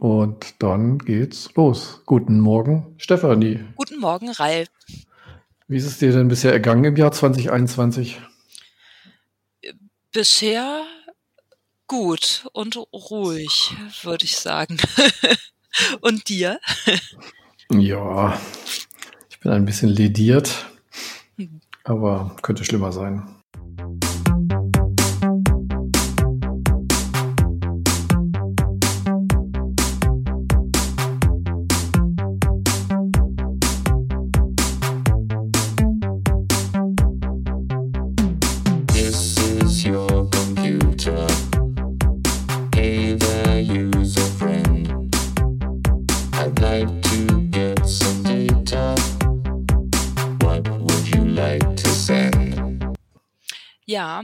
und dann geht's los. Guten Morgen, Stefanie. Guten Morgen, Ralf. Wie ist es dir denn bisher ergangen im Jahr 2021? Bisher gut und ruhig, würde ich sagen. Und dir? Ja, ich bin ein bisschen lediert, aber könnte schlimmer sein. This is your computer. Hey there, user friend. I'd like to get some data. What would you like to send? Ja,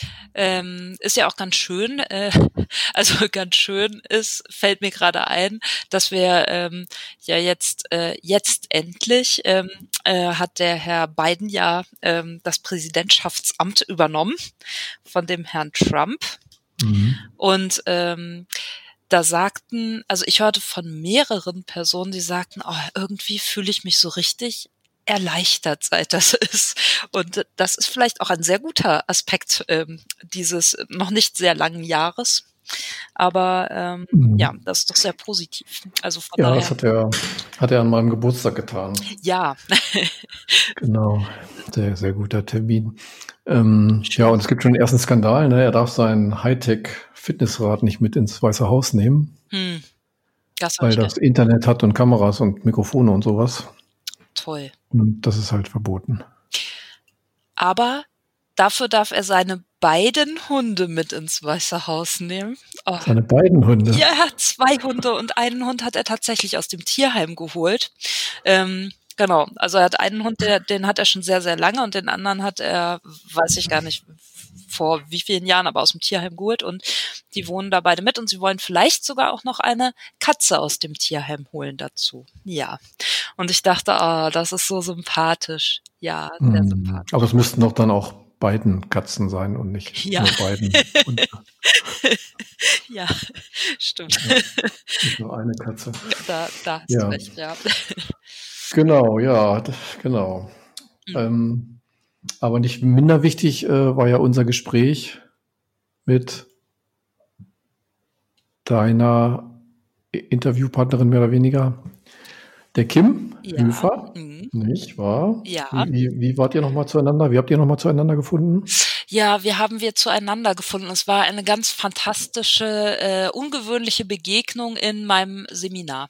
ist ja auch ganz schön. Also ganz schön fällt mir gerade ein, dass wir ja jetzt endlich hat der Herr Biden ja das Präsidentschaftsamt übernommen von dem Herrn Trump. Und da sagten, also ich hörte von mehreren Personen, die sagten, oh, irgendwie fühle ich mich so richtig erleichtert, seit das ist. Und das ist vielleicht auch ein sehr guter Aspekt dieses noch nicht sehr langen Jahres. Aber ja, das ist doch sehr positiv. Also von Ja, daher. das hat er an meinem Geburtstag getan. Ja. Genau, sehr guter Termin. Ja, und es gibt schon den ersten Skandal, ne? Er darf sein Hightech-Fitnessrad nicht mit ins Weiße Haus nehmen, weil das Internet hat und Kameras und Mikrofone und sowas. Toll. Und das ist halt verboten. Aber dafür darf er seine beiden Hunde mit ins Weiße Haus nehmen. Oh. Seine beiden Hunde? Ja, er hat 2 Hunde und einen Hund hat er tatsächlich aus dem Tierheim geholt. Genau, also er hat einen Hund, den hat er schon sehr, sehr lange und den anderen hat er, weiß ich gar nicht, vor wie vielen Jahren, aber aus dem Tierheim geholt und die wohnen da beide mit und sie wollen vielleicht sogar auch noch eine Katze aus dem Tierheim holen dazu. Ja, und ich dachte, das ist so sympathisch. Ja, sehr sympathisch. Aber es müssten doch dann auch beiden Katzen sein und nicht nur beiden Hunde. Ja, stimmt. Ja, nicht nur eine Katze. Da hast du recht, ja. Genau, ja, genau. Aber nicht minder wichtig war ja unser Gespräch mit deiner Interviewpartnerin mehr oder weniger, der Kim Höfer, nicht wahr? Ja. Wie wart ihr nochmal zueinander? Wie habt ihr nochmal zueinander gefunden? Ja, wir zueinander gefunden. Es war eine ganz fantastische, ungewöhnliche Begegnung in meinem Seminar.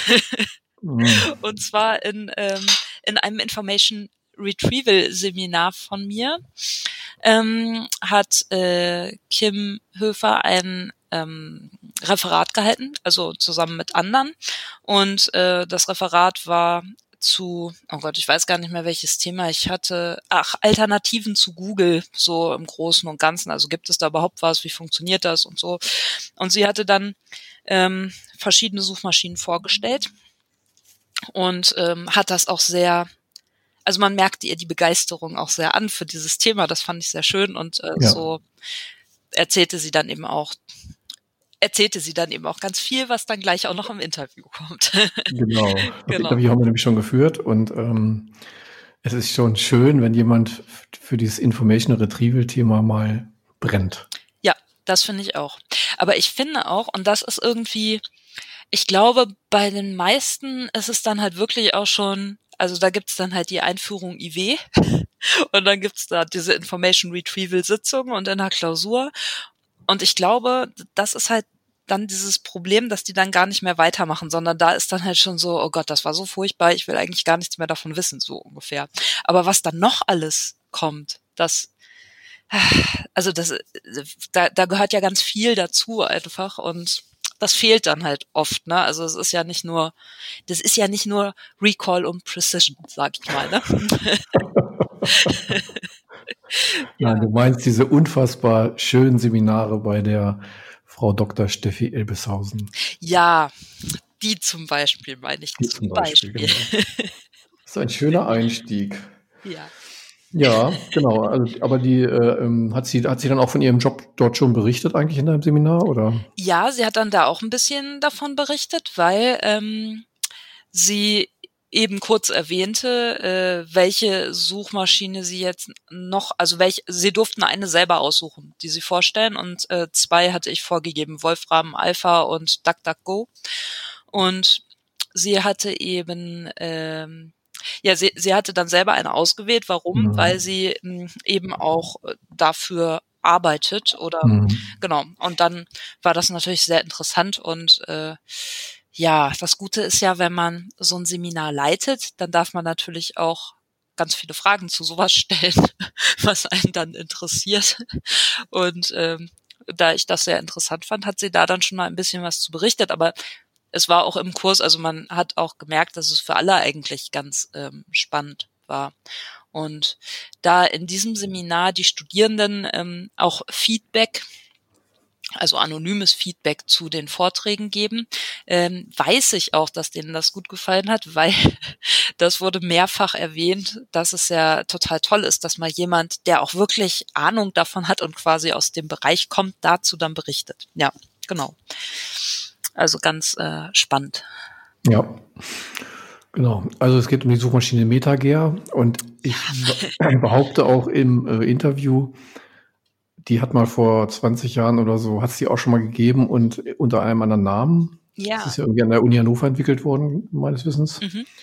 Und zwar in einem Information Retrieval Seminar von mir hat Kim Höfer ein Referat gehalten, also zusammen mit anderen. Und das Referat war zu, oh Gott, ich weiß gar nicht mehr, welches Thema ich hatte. Alternativen zu Google, so im Großen und Ganzen. Also gibt es da überhaupt was? Wie funktioniert das und so? Und sie hatte dann verschiedene Suchmaschinen vorgestellt und hat das auch sehr, also man merkte ihr die Begeisterung auch sehr an für dieses Thema. Das fand ich sehr schön und so erzählte sie dann eben auch ganz viel, was dann gleich auch noch im Interview kommt. Genau. Das Interview haben wir nämlich schon geführt und es ist schon schön, wenn jemand für dieses Information Retrieval Thema mal brennt. Ja, das finde ich auch. Aber ich finde auch, und das ist irgendwie, ich glaube, bei den meisten ist es dann halt wirklich auch schon, also da gibt's dann halt die Einführung IW und dann gibt's da diese Information Retrieval Sitzung und in der Klausur. Und ich glaube, das ist halt dann dieses Problem, dass die dann gar nicht mehr weitermachen, sondern da ist dann halt schon so, oh Gott, das war so furchtbar, ich will eigentlich gar nichts mehr davon wissen, so ungefähr. Aber was dann noch alles kommt, da gehört ja ganz viel dazu einfach und das fehlt dann halt oft, ne? Also das ist ja nicht nur Recall und Precision, sag ich mal, ne? Nein, du meinst diese unfassbar schönen Seminare bei der Frau Dr. Steffi Elbeshausen. Ja, die zum Beispiel meine ich. Die zum Beispiel. Genau. Das ist ein schöner Einstieg. Ja. Ja, genau. Also, aber die hat sie dann auch von ihrem Job dort schon berichtet eigentlich in deinem Seminar, oder? Ja, sie hat dann da auch ein bisschen davon berichtet, weil sie eben kurz erwähnte, welche Suchmaschine sie jetzt noch, also sie durften eine selber aussuchen, die sie vorstellen, und 2 hatte ich vorgegeben, Wolfram Alpha und DuckDuckGo. Und sie hatte eben, sie hatte dann selber eine ausgewählt. Warum? Weil sie eben auch dafür arbeitet oder genau. Und dann war das natürlich sehr interessant und ja, das Gute ist ja, wenn man so ein Seminar leitet, dann darf man natürlich auch ganz viele Fragen zu sowas stellen, was einen dann interessiert. Und da ich das sehr interessant fand, hat sie da dann schon mal ein bisschen was zu berichtet. Aber es war auch im Kurs, also man hat auch gemerkt, dass es für alle eigentlich ganz spannend war. Und da in diesem Seminar die Studierenden auch Feedback, also anonymes Feedback zu den Vorträgen geben, weiß ich auch, dass denen das gut gefallen hat, weil das wurde mehrfach erwähnt, dass es ja total toll ist, dass mal jemand, der auch wirklich Ahnung davon hat und quasi aus dem Bereich kommt, dazu dann berichtet. Ja, genau. Also ganz spannend. Ja, genau. Also es geht um die Suchmaschine MetaGear und ich behaupte auch im Interview, die hat mal vor 20 Jahren oder so, hat es die auch schon mal gegeben und unter einem anderen Namen. Ja. Das ist ja irgendwie an der Uni Hannover entwickelt worden, meines Wissens.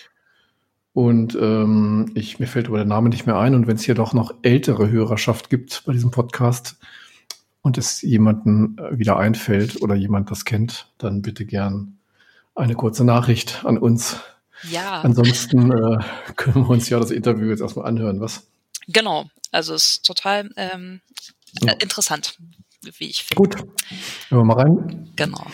Und mir fällt aber der Name nicht mehr ein. Und wenn es hier doch noch ältere Hörerschaft gibt bei diesem Podcast und es jemanden wieder einfällt oder jemand das kennt, dann bitte gern eine kurze Nachricht an uns. Ja. Ansonsten können wir uns ja das Interview jetzt erstmal anhören, was? Genau. Also es ist total interessant, wie ich finde. Gut, hören wir mal rein. Genau.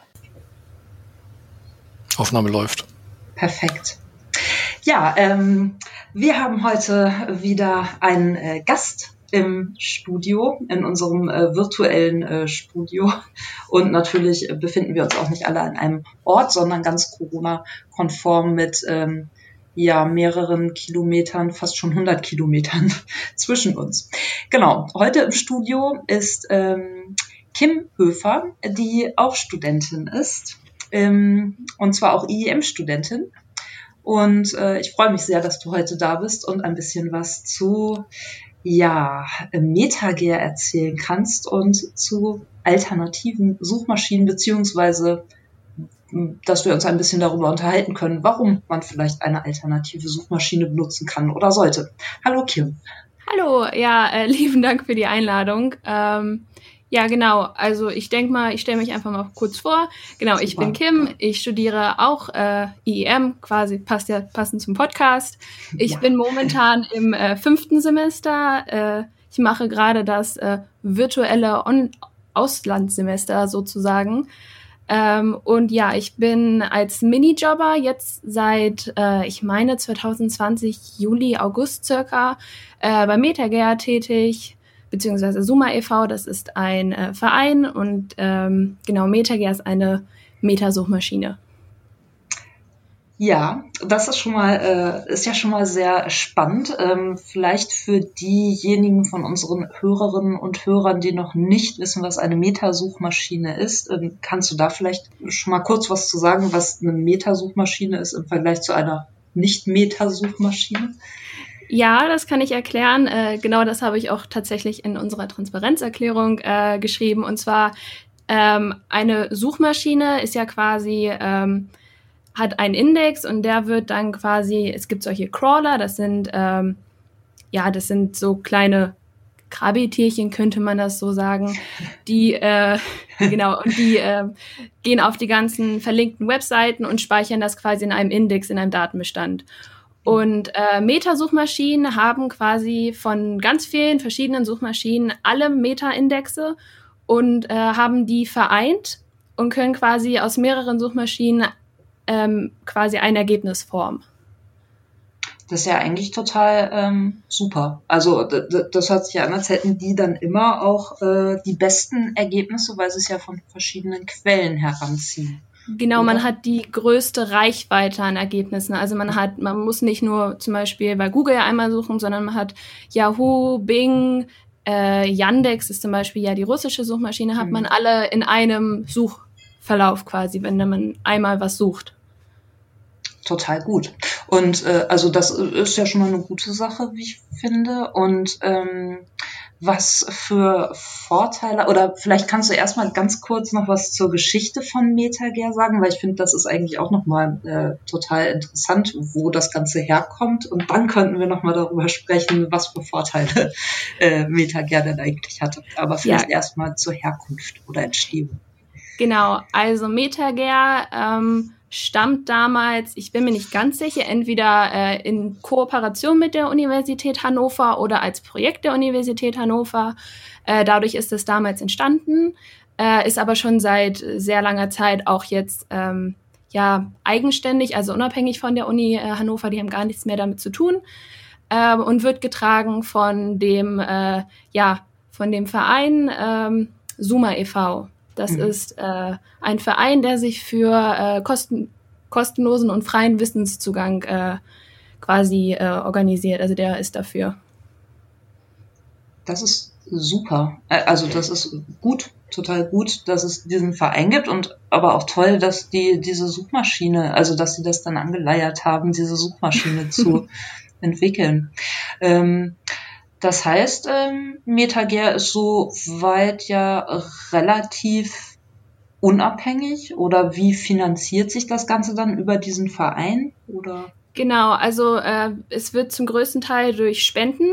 Aufnahme läuft. Perfekt. Ja, wir haben heute wieder einen Gast im Studio, in unserem virtuellen Studio. Und natürlich befinden wir uns auch nicht alle an einem Ort, sondern ganz Corona-konform mit mehreren Kilometern, fast schon 100 Kilometern zwischen uns. Genau, heute im Studio ist Kim Höfer, die auch Studentin ist. Und zwar auch IEM-Studentin. Und ich freue mich sehr, dass du heute da bist und ein bisschen was zu MetaGear erzählen kannst und zu alternativen Suchmaschinen, beziehungsweise dass wir uns ein bisschen darüber unterhalten können, warum man vielleicht eine alternative Suchmaschine benutzen kann oder sollte. Hallo Kim. Hallo, ja, lieben Dank für die Einladung. Ja, genau. Also ich denke mal, ich stelle mich einfach mal kurz vor. Genau, super. Ich bin Kim. Ich studiere auch IEM, quasi passend zum Podcast. Ich bin momentan im 5. Semester. Ich mache gerade das virtuelle Auslandssemester sozusagen. Und ja, ich bin als Minijobber jetzt seit, ich meine 2020, Juli, August circa, bei MetaGear tätig, beziehungsweise Suma e.V., das ist ein Verein und genau, MetaGear ist eine Metasuchmaschine. Ja, das ist ja schon mal sehr spannend. Vielleicht für diejenigen von unseren Hörerinnen und Hörern, die noch nicht wissen, was eine Metasuchmaschine ist, kannst du da vielleicht schon mal kurz was zu sagen, was eine Metasuchmaschine ist im Vergleich zu einer Nicht-Metasuchmaschine? Ja, das kann ich erklären. Genau das habe ich auch tatsächlich in unserer Transparenzerklärung geschrieben. Und zwar eine Suchmaschine ist ja quasi hat einen Index und der wird dann quasi, es gibt solche Crawler, das sind so kleine Krabbeltierchen, könnte man das so sagen, die gehen auf die ganzen verlinkten Webseiten und speichern das quasi in einem Index, in einem Datenbestand. Und Metasuchmaschinen haben quasi von ganz vielen verschiedenen Suchmaschinen alle Meta-Indexe und haben die vereint und können quasi aus mehreren Suchmaschinen quasi ein Ergebnis formen. Das ist ja eigentlich total super. Also das hört sich ja an, als hätten die dann immer auch die besten Ergebnisse, weil sie es ja von verschiedenen Quellen heranziehen. Genau, Oder? man hat die größte Reichweite an Ergebnissen. Also man muss nicht nur zum Beispiel bei Google einmal suchen, sondern man hat Yahoo, Bing, Yandex ist zum Beispiel ja die russische Suchmaschine, hat man alle in einem Suchverlauf quasi, wenn man einmal was sucht. Total gut. Und also das ist ja schon mal eine gute Sache, wie ich finde. Und was für Vorteile, oder vielleicht kannst du erstmal ganz kurz noch was zur Geschichte von MetaGer sagen, weil ich finde, das ist eigentlich auch nochmal total interessant, wo das Ganze herkommt. Und dann könnten wir nochmal darüber sprechen, was für Vorteile MetaGer denn eigentlich hatte. Aber vielleicht erstmal zur Herkunft oder Entstehung. Genau, also MetaGer stammt damals, ich bin mir nicht ganz sicher, entweder in Kooperation mit der Universität Hannover oder als Projekt der Universität Hannover. Dadurch ist es damals entstanden, ist aber schon seit sehr langer Zeit auch jetzt eigenständig, also unabhängig von der Uni Hannover, die haben gar nichts mehr damit zu tun, und wird getragen von dem Verein Suma e.V. Das ist ein Verein, der sich für kostenlosen und freien Wissenszugang quasi organisiert. Also der ist dafür. Das ist super. Also das ist gut, total gut, dass es diesen Verein gibt und aber auch toll, dass die diese Suchmaschine, also dass sie das dann angeleiert haben, diese Suchmaschine zu entwickeln. Das heißt, MetaGer ist so weit ja relativ unabhängig, oder wie finanziert sich das Ganze dann über diesen Verein? Oder? Genau, also es wird zum größten Teil durch Spenden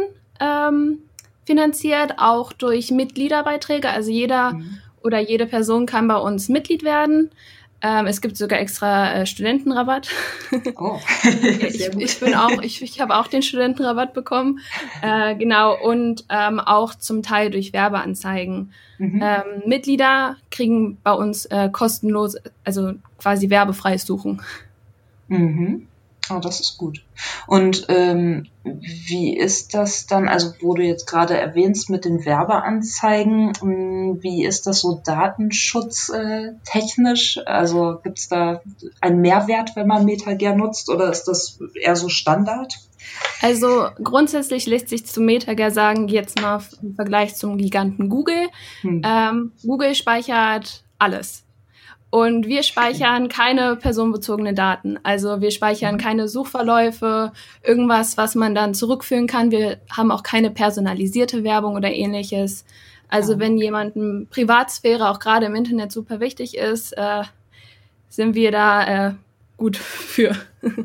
finanziert, auch durch Mitgliederbeiträge. Also jeder oder jede Person kann bei uns Mitglied werden. Es gibt sogar extra Studentenrabatt. Oh. Ich habe auch den Studentenrabatt bekommen. Genau, und auch zum Teil durch Werbeanzeigen. Mitglieder kriegen bei uns kostenlos, also quasi werbefreies Suchen. Oh, das ist gut. Und wie ist das dann, also wo du jetzt gerade erwähnst mit den Werbeanzeigen, wie ist das so datenschutztechnisch? Also gibt es da einen Mehrwert, wenn man MetaGer nutzt, oder ist das eher so Standard? Also grundsätzlich lässt sich zu MetaGer sagen, jetzt mal im Vergleich zum Giganten Google. Google speichert alles. Und wir speichern keine personenbezogenen Daten. Also wir speichern keine Suchverläufe, irgendwas, was man dann zurückführen kann. Wir haben auch keine personalisierte Werbung oder ähnliches. Also wenn jemandem Privatsphäre auch gerade im Internet super wichtig ist, sind wir da gut für.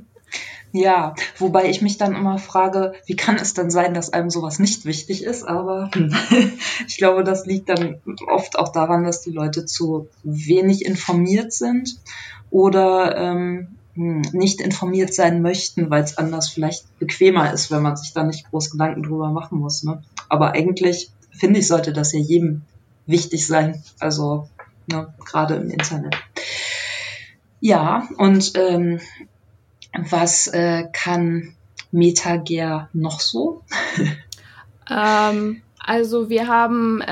Ja, wobei ich mich dann immer frage, wie kann es denn sein, dass einem sowas nicht wichtig ist? Aber ich glaube, das liegt dann oft auch daran, dass die Leute zu wenig informiert sind oder nicht informiert sein möchten, weil es anders vielleicht bequemer ist, wenn man sich da nicht groß Gedanken drüber machen muss. Ne? Aber eigentlich, finde ich, sollte das ja jedem wichtig sein. Also gerade im Internet. Ja, und was kann MetaGer noch so? Also wir haben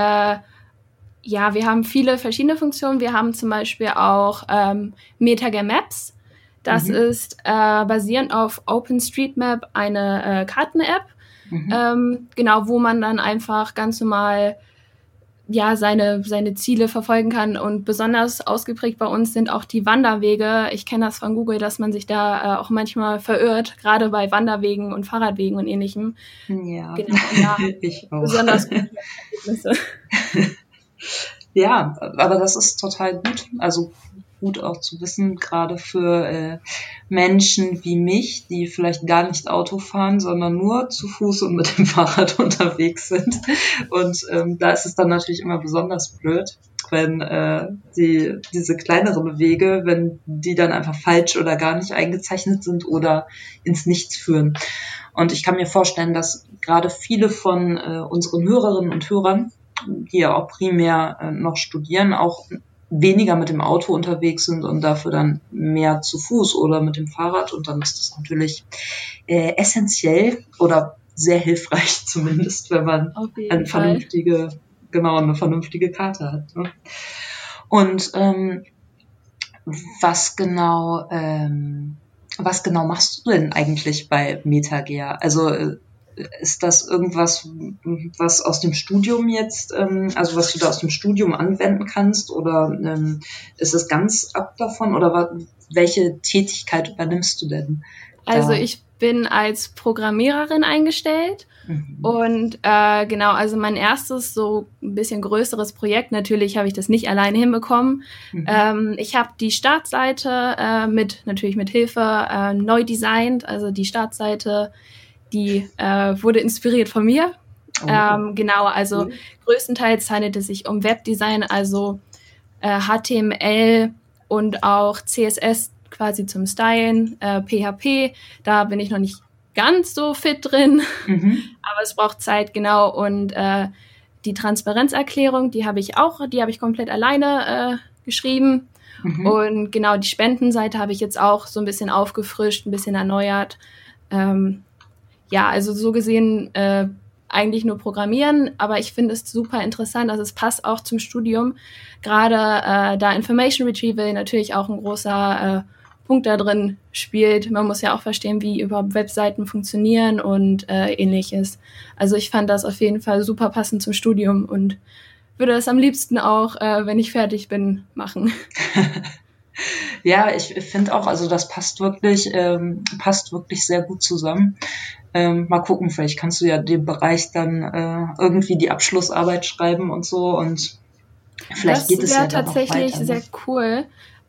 viele verschiedene Funktionen. Wir haben zum Beispiel auch MetaGer Maps. Das ist basierend auf OpenStreetMap eine Karten-App, genau, wo man dann einfach ganz normal seine Ziele verfolgen kann. Und besonders ausgeprägt bei uns sind auch die Wanderwege. Ich kenne das von Google, dass man sich da auch manchmal verirrt, gerade bei Wanderwegen und Fahrradwegen und Ähnlichem. Ja, genau, ja, ich auch. Besonders gute Ergebnisse. Ja, aber das ist total gut. Also gut auch zu wissen, gerade für Menschen wie mich, die vielleicht gar nicht Auto fahren, sondern nur zu Fuß und mit dem Fahrrad unterwegs sind. Und da ist es dann natürlich immer besonders blöd, wenn diese kleineren Wege, wenn die dann einfach falsch oder gar nicht eingezeichnet sind oder ins Nichts führen. Und ich kann mir vorstellen, dass gerade viele von unseren Hörerinnen und Hörern, die ja auch primär noch studieren, auch weniger mit dem Auto unterwegs sind und dafür dann mehr zu Fuß oder mit dem Fahrrad. Und dann ist das natürlich essentiell oder sehr hilfreich zumindest, wenn man eine vernünftige Karte hat. Ne? Und Was genau machst du denn eigentlich bei MetaGear? Also ist das irgendwas, was aus dem Studium jetzt, also was du da aus dem Studium anwenden kannst, oder ist es ganz ab davon, oder welche Tätigkeit übernimmst du denn? Also ich bin als Programmiererin eingestellt. Und genau, also mein erstes so ein bisschen größeres Projekt, natürlich habe ich das nicht alleine hinbekommen. Ich habe die Startseite natürlich mit Hilfe neu designt. Also die Startseite, die wurde inspiriert von mir. Genau, also größtenteils handelt es sich um Webdesign, also HTML und auch CSS quasi zum Stylen, PHP, da bin ich noch nicht ganz so fit drin, aber es braucht Zeit, genau. Und die Transparenzerklärung, die habe ich komplett alleine geschrieben. Und genau, die Spendenseite habe ich jetzt auch so ein bisschen aufgefrischt, ein bisschen erneuert. Ja, also so gesehen eigentlich nur programmieren, aber ich finde es super interessant, also es passt auch zum Studium, gerade da Information Retrieval natürlich auch ein großer Punkt da drin spielt. Man muss ja auch verstehen, wie überhaupt Webseiten funktionieren und ähnliches. Also ich fand das auf jeden Fall super passend zum Studium und würde das am liebsten auch, wenn ich fertig bin, machen. Ja, ich finde auch, also das passt wirklich sehr gut zusammen. Mal gucken, vielleicht kannst du ja den Bereich dann irgendwie die Abschlussarbeit schreiben und so, und vielleicht geht es ja dann noch weiter. Das wäre tatsächlich sehr cool.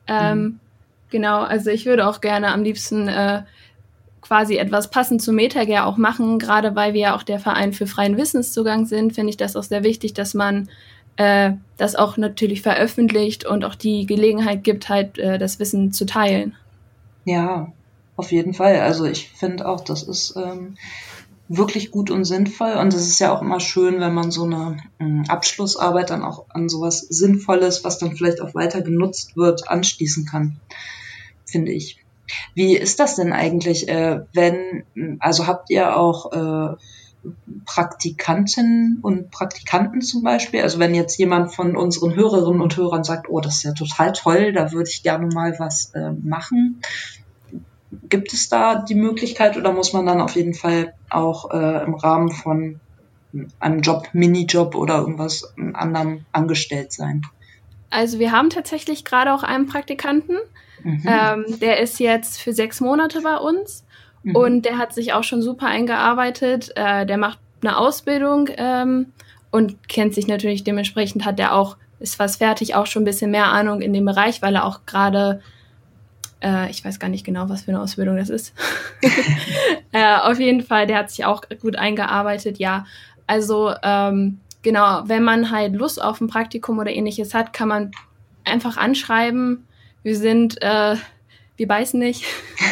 Genau, also ich würde auch gerne am liebsten quasi etwas passend zu MetaGear auch machen, gerade weil wir ja auch der Verein für freien Wissenszugang sind, finde ich das auch sehr wichtig, dass man das auch natürlich veröffentlicht und auch die Gelegenheit gibt, halt das Wissen zu teilen. Ja, auf jeden Fall. Also ich finde auch, das ist wirklich gut und sinnvoll, und es ist ja auch immer schön, wenn man so eine Abschlussarbeit dann auch an sowas Sinnvolles, was dann vielleicht auch weiter genutzt wird, anschließen kann, finde ich. Wie ist das denn eigentlich, also habt ihr auch Praktikanten und Praktikanten zum Beispiel? Also wenn jetzt jemand von unseren Hörerinnen und Hörern sagt, oh, das ist ja total toll, da würde ich gerne mal was machen. Gibt es da die Möglichkeit, oder muss man dann auf jeden Fall auch im Rahmen von einem Job, Minijob oder irgendwas anderem angestellt sein? Also wir haben tatsächlich gerade auch einen Praktikanten, der ist jetzt für 6 Monate bei uns. Und der hat sich auch schon super eingearbeitet. Der macht eine Ausbildung und kennt sich natürlich dementsprechend, ist fast fertig, auch schon ein bisschen mehr Ahnung in dem Bereich, weil er auch gerade, ich weiß gar nicht genau, was für eine Ausbildung das ist. Auf jeden Fall, der hat sich auch gut eingearbeitet, ja. Also genau, wenn man halt Lust auf ein Praktikum oder ähnliches hat, kann man einfach anschreiben. Wir beißen nicht.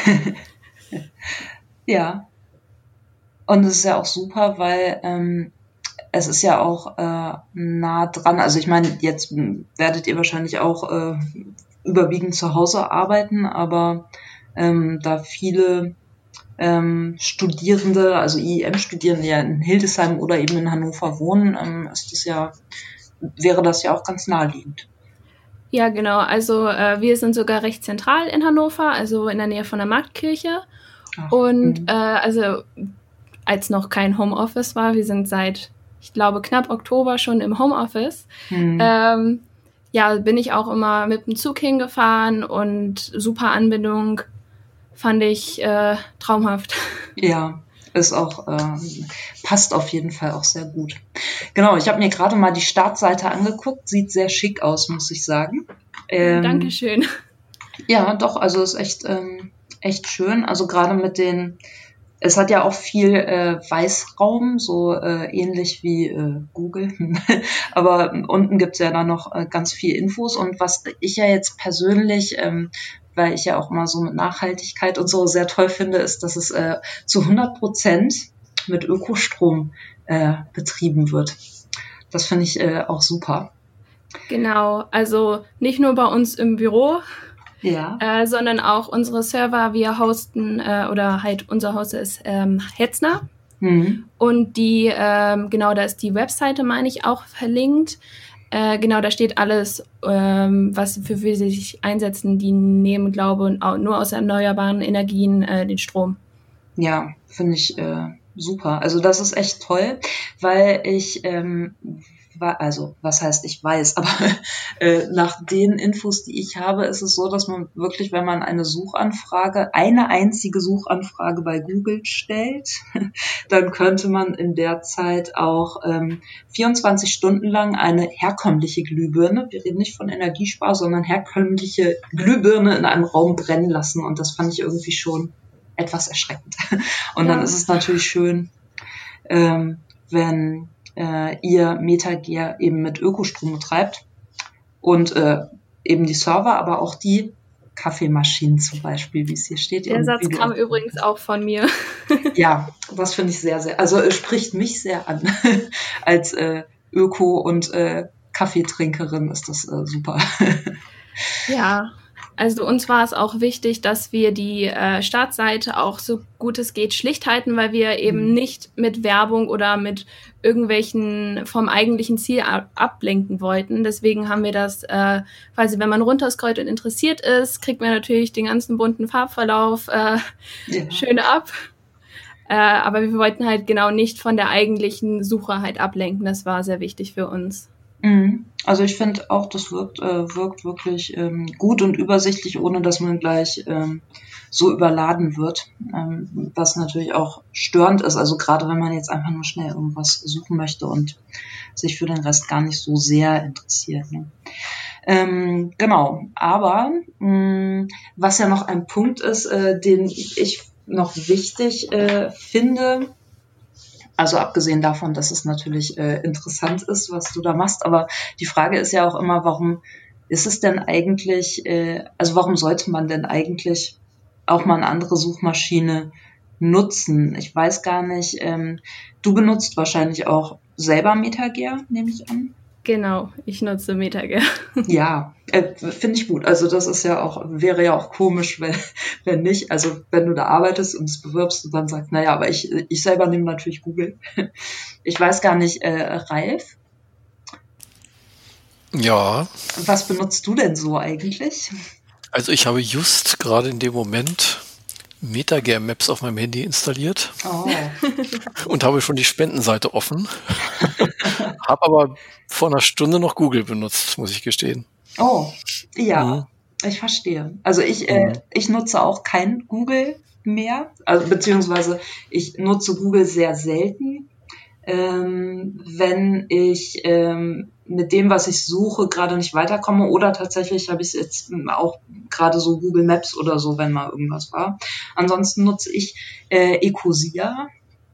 Ja, und es ist ja auch super, weil es ist ja auch nah dran. Also ich meine, jetzt werdet ihr wahrscheinlich auch überwiegend zu Hause arbeiten, aber da viele Studierende, also IEM-Studierende ja in Hildesheim oder eben in Hannover wohnen, wäre das ja auch ganz naheliegend. Ja, genau. Also wir sind sogar recht zentral in Hannover, also in der Nähe von der Marktkirche. Und also als noch kein Homeoffice war, wir sind seit, ich glaube, knapp Oktober schon im Homeoffice, ja, bin ich auch immer mit dem Zug hingefahren und super Anbindung, fand ich traumhaft. Ja, ist auch, passt auf jeden Fall auch sehr gut. Genau, ich habe mir gerade mal die Startseite angeguckt, sieht sehr schick aus, muss ich sagen. Dankeschön. Ja, doch, also ist echt schön. Also gerade es hat ja auch viel Weißraum, so ähnlich wie Google. Aber unten gibt's ja dann noch ganz viel Infos. Und was ich ja jetzt persönlich, weil ich ja auch mal so mit Nachhaltigkeit und so sehr toll finde, ist, dass es zu 100% mit Ökostrom betrieben wird. Das finde ich auch super. Genau, also nicht nur bei uns im Büro, ja, sondern auch unsere Server, wir hosten, oder halt unser Hoster ist Hetzner. Und die, genau, da ist die Webseite, meine ich, auch verlinkt. Genau, da steht alles, für sie sich einsetzen. Die nehmen, glaube ich, nur aus erneuerbaren Energien den Strom. Ja, finde ich super. Also das ist echt toll, weil ich also was heißt ich weiß, aber nach den Infos, die ich habe, ist es so, dass man wirklich, wenn man eine einzige Suchanfrage bei Google stellt, dann könnte man in der Zeit auch 24 Stunden lang eine herkömmliche Glühbirne, wir reden nicht von Energiespar, sondern herkömmliche Glühbirne in einem Raum brennen lassen. Und das fand ich irgendwie schon etwas erschreckend. Und dann ist es natürlich schön, wenn ihr MetaGear eben mit Ökostrom betreibt und eben die Server, aber auch die Kaffeemaschinen zum Beispiel, wie es hier steht. Der Satz kam übrigens auch von mir. Ja, das finde ich sehr, sehr, also spricht mich sehr an. Als Öko- und Kaffeetrinkerin ist das super. Ja, also uns war es auch wichtig, dass wir die Startseite auch so gut es geht schlicht halten, weil wir eben nicht mit Werbung oder mit irgendwelchen vom eigentlichen Ziel ablenken wollten. Deswegen haben wir das, quasi wenn man runterscrollt und interessiert ist, kriegt man natürlich den ganzen bunten Farbverlauf schön ab. Aber wir wollten halt genau nicht von der eigentlichen Suche halt ablenken. Das war sehr wichtig für uns. Also ich finde auch, das wirkt wirklich gut und übersichtlich, ohne dass man gleich so überladen wird, was natürlich auch störend ist. Also gerade wenn man jetzt einfach nur schnell irgendwas suchen möchte und sich für den Rest gar nicht so sehr interessiert. Ne? Genau, aber was ja noch ein Punkt ist, den ich noch wichtig finde, also abgesehen davon, dass es natürlich interessant ist, was du da machst, aber die Frage ist ja auch immer, warum ist es denn eigentlich, also warum sollte man denn eigentlich auch mal eine andere Suchmaschine nutzen? Ich weiß gar nicht, du benutzt wahrscheinlich auch selber MetaGear, nehme ich an. Genau, ich nutze MetaGear. Ja, finde ich gut. Also das ist ja auch, wäre ja auch komisch, wenn nicht. Also wenn du da arbeitest und es bewirbst und dann sagst, naja, aber ich selber nehme natürlich Google. Ich weiß gar nicht, Ralf? Ja. Was benutzt du denn so eigentlich? Also ich habe just gerade in dem Moment MetaGear Maps auf meinem Handy installiert und habe schon die Spendenseite offen. Habe aber vor einer Stunde noch Google benutzt, muss ich gestehen. Oh, ja, ich verstehe. Also ich nutze auch kein Google mehr, also beziehungsweise ich nutze Google sehr selten, wenn ich mit dem, was ich suche, gerade nicht weiterkomme, oder tatsächlich habe ich es jetzt auch gerade so Google Maps oder so, wenn mal irgendwas war. Ansonsten nutze ich Ecosia,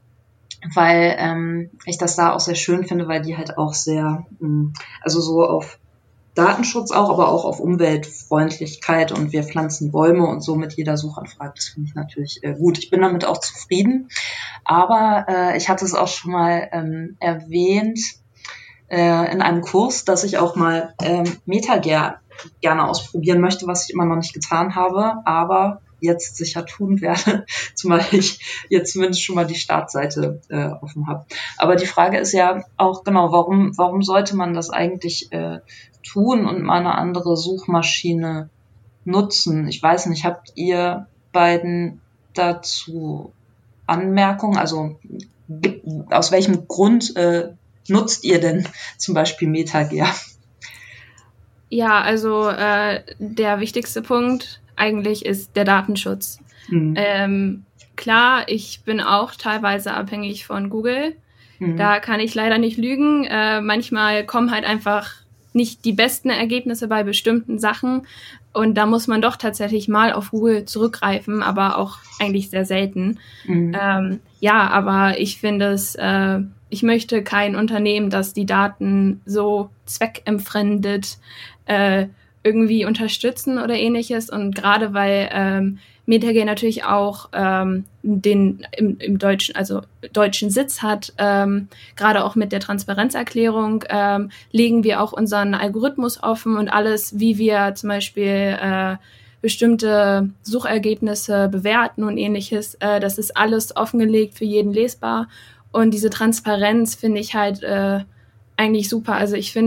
weil ich das da auch sehr schön finde, weil die halt auch sehr, also so auf Datenschutz auch, aber auch auf Umweltfreundlichkeit und wir pflanzen Bäume und so mit jeder Suchanfrage. Das finde ich natürlich gut. Ich bin damit auch zufrieden, aber ich hatte es auch schon mal erwähnt in einem Kurs, dass ich auch mal MetaGear gerne ausprobieren möchte, was ich immer noch nicht getan habe, aber jetzt sicher tun werde, zumal ich jetzt zumindest schon mal die Startseite offen habe. Aber die Frage ist ja auch genau, warum sollte man das eigentlich tun und mal eine andere Suchmaschine nutzen? Ich weiß nicht, habt ihr beiden dazu Anmerkungen? Also aus welchem Grund nutzt ihr denn zum Beispiel MetaGear? Ja, also der wichtigste Punkt eigentlich ist der Datenschutz. Klar, ich bin auch teilweise abhängig von Google. Da kann ich leider nicht lügen. Manchmal kommen halt einfach nicht die besten Ergebnisse bei bestimmten Sachen. Und da muss man doch tatsächlich mal auf Google zurückgreifen, aber auch eigentlich sehr selten. Ja, aber ich finde es, ich möchte kein Unternehmen, das die Daten so zweckentfremdet irgendwie unterstützen oder ähnliches. Und gerade weil MetaGear natürlich auch den im deutschen, also deutschen Sitz hat, gerade auch mit der Transparenzerklärung, legen wir auch unseren Algorithmus offen und alles, wie wir zum Beispiel bestimmte Suchergebnisse bewerten und ähnliches, das ist alles offengelegt für jeden lesbar. Und diese Transparenz finde ich halt eigentlich super. Also ich finde,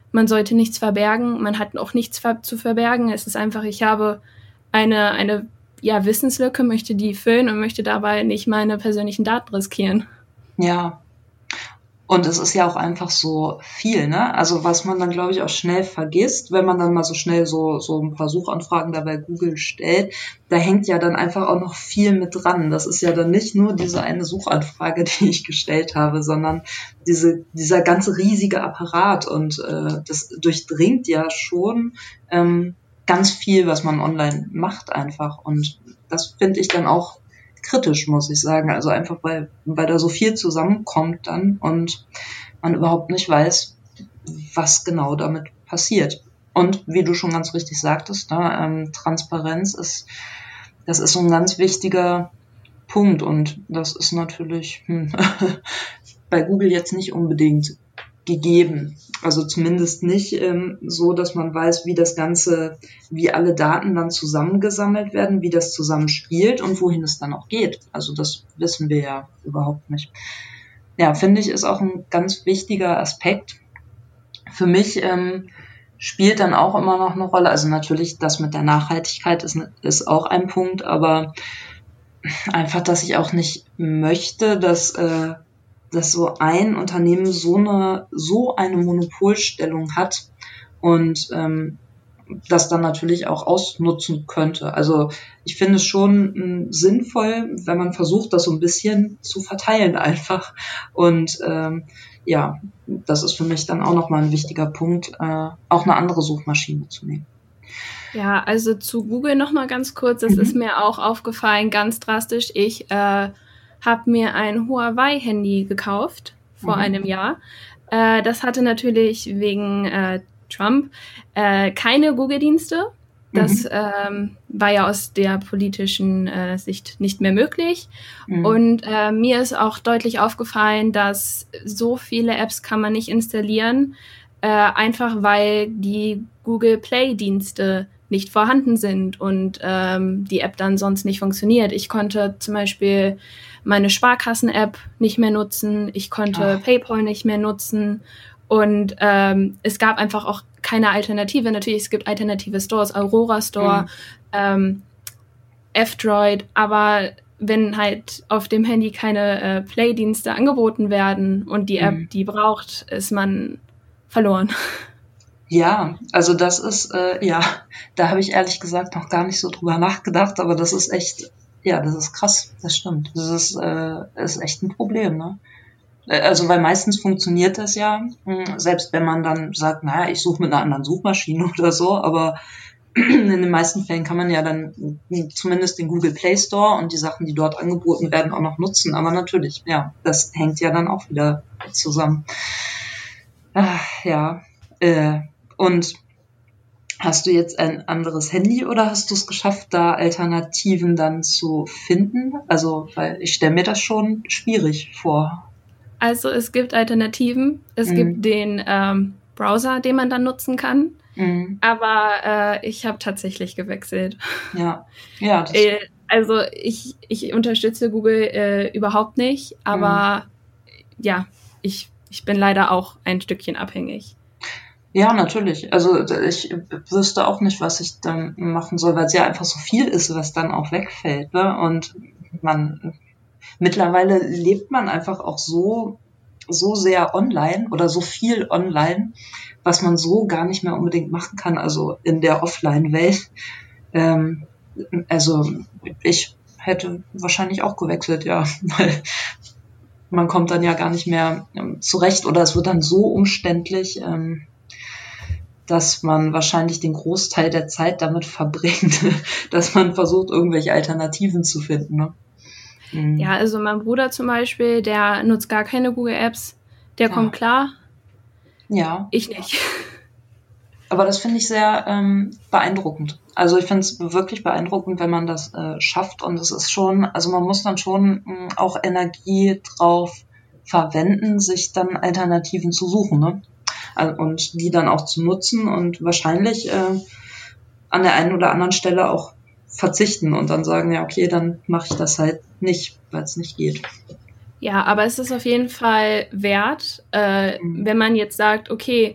man sollte nichts verbergen, man hat auch nichts zu verbergen. Es ist einfach, ich habe eine Wissenslücke, möchte die füllen und möchte dabei nicht meine persönlichen Daten riskieren. Ja. Und es ist ja auch einfach so viel, ne? Also was man dann, glaube ich, auch schnell vergisst, wenn man dann mal so schnell so ein paar Suchanfragen da bei Google stellt, da hängt ja dann einfach auch noch viel mit dran. Das ist ja dann nicht nur diese eine Suchanfrage, die ich gestellt habe, sondern dieser ganze riesige Apparat. Und das durchdringt ja schon ganz viel, was man online macht einfach. Und das finde ich dann auch kritisch, muss ich sagen. Also einfach, weil da so viel zusammenkommt dann und man überhaupt nicht weiß, was genau damit passiert. Und wie du schon ganz richtig sagtest, ne, Transparenz das ist so ein ganz wichtiger Punkt und das ist natürlich bei Google jetzt nicht unbedingt gegeben. Also zumindest nicht so, dass man weiß, wie alle Daten dann zusammengesammelt werden, wie das zusammenspielt und wohin es dann auch geht. Also das wissen wir ja überhaupt nicht. Ja, finde ich, ist auch ein ganz wichtiger Aspekt. Für mich spielt dann auch immer noch eine Rolle, also natürlich das mit der Nachhaltigkeit ist auch ein Punkt, aber einfach, dass ich auch nicht möchte, dass so ein Unternehmen so eine Monopolstellung hat und das dann natürlich auch ausnutzen könnte. Also ich finde es schon sinnvoll, wenn man versucht, das so ein bisschen zu verteilen einfach. Und das ist für mich dann auch nochmal ein wichtiger Punkt, auch eine andere Suchmaschine zu nehmen. Ja, also zu Google nochmal ganz kurz, das ist mir auch aufgefallen, ganz drastisch. Ich habe mir ein Huawei-Handy gekauft vor einem Jahr. Das hatte natürlich wegen Trump keine Google-Dienste. Das war ja aus der politischen Sicht nicht mehr möglich. Und mir ist auch deutlich aufgefallen, dass so viele Apps kann man nicht installieren, einfach weil die Google Play-Dienste nicht vorhanden sind und die App dann sonst nicht funktioniert. Ich konnte zum Beispiel meine Sparkassen-App nicht mehr nutzen, ich konnte PayPal nicht mehr nutzen und es gab einfach auch keine Alternative. Natürlich, es gibt alternative Stores, Aurora Store, F-Droid, aber wenn halt auf dem Handy keine Play-Dienste angeboten werden und die App die braucht, ist man verloren. Ja, also das ist, da habe ich ehrlich gesagt noch gar nicht so drüber nachgedacht, aber das ist echt, das ist krass, das stimmt. Das ist echt ein Problem, ne? Also, weil meistens funktioniert das ja, selbst wenn man dann sagt, naja, ich suche mit einer anderen Suchmaschine oder so, aber in den meisten Fällen kann man ja dann zumindest den Google Play Store und die Sachen, die dort angeboten werden, auch noch nutzen. Aber natürlich, das hängt ja dann auch wieder zusammen. Und hast du jetzt ein anderes Handy oder hast du es geschafft, da Alternativen dann zu finden? Also, weil ich stelle mir das schon schwierig vor. Also es gibt Alternativen. Es gibt den Browser, den man dann nutzen kann. Aber ich habe tatsächlich gewechselt. Ja. Also ich unterstütze Google überhaupt nicht. Aber ich bin leider auch ein Stückchen abhängig. Ja, natürlich. Also ich wüsste auch nicht, was ich dann machen soll, weil es ja einfach so viel ist, was dann auch wegfällt. Ne? Und mittlerweile lebt man einfach auch so sehr online oder so viel online, was man so gar nicht mehr unbedingt machen kann, also in der Offline-Welt. Also ich hätte wahrscheinlich auch gewechselt, weil man kommt dann ja gar nicht mehr zurecht oder es wird dann so umständlich, dass man wahrscheinlich den Großteil der Zeit damit verbringt, dass man versucht, irgendwelche Alternativen zu finden. Ne? Ja, also mein Bruder zum Beispiel, der nutzt gar keine Google-Apps, der kommt klar. Ja. Ich nicht. Aber das finde ich sehr beeindruckend. Also ich finde es wirklich beeindruckend, wenn man das schafft und es ist schon, also man muss dann schon auch Energie drauf verwenden, sich dann Alternativen zu suchen, ne? Und die dann auch zu nutzen und wahrscheinlich an der einen oder anderen Stelle auch verzichten und dann sagen, ja, okay, dann mache ich das halt nicht, weil es nicht geht. Ja, aber es ist auf jeden Fall wert, wenn man jetzt sagt, okay,